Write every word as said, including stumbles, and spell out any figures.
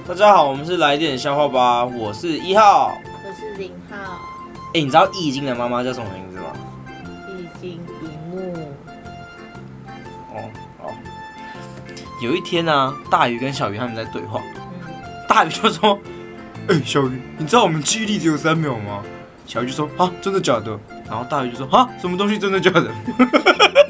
大家好，我们是来点笑话吧，我是一号， 我是零号。 哎、欸，你知道易经的妈妈叫什么名字吗？ 易经一木。 哦，好。有一天啊，大鱼跟小鱼他们在对话， 嗯， 大鱼就说：“哎、欸，小鱼，你知道我们记忆力只有三秒吗？”小鱼就说：“啊，真的假的？”然后大鱼就说：“啊，什么东西真的假的？”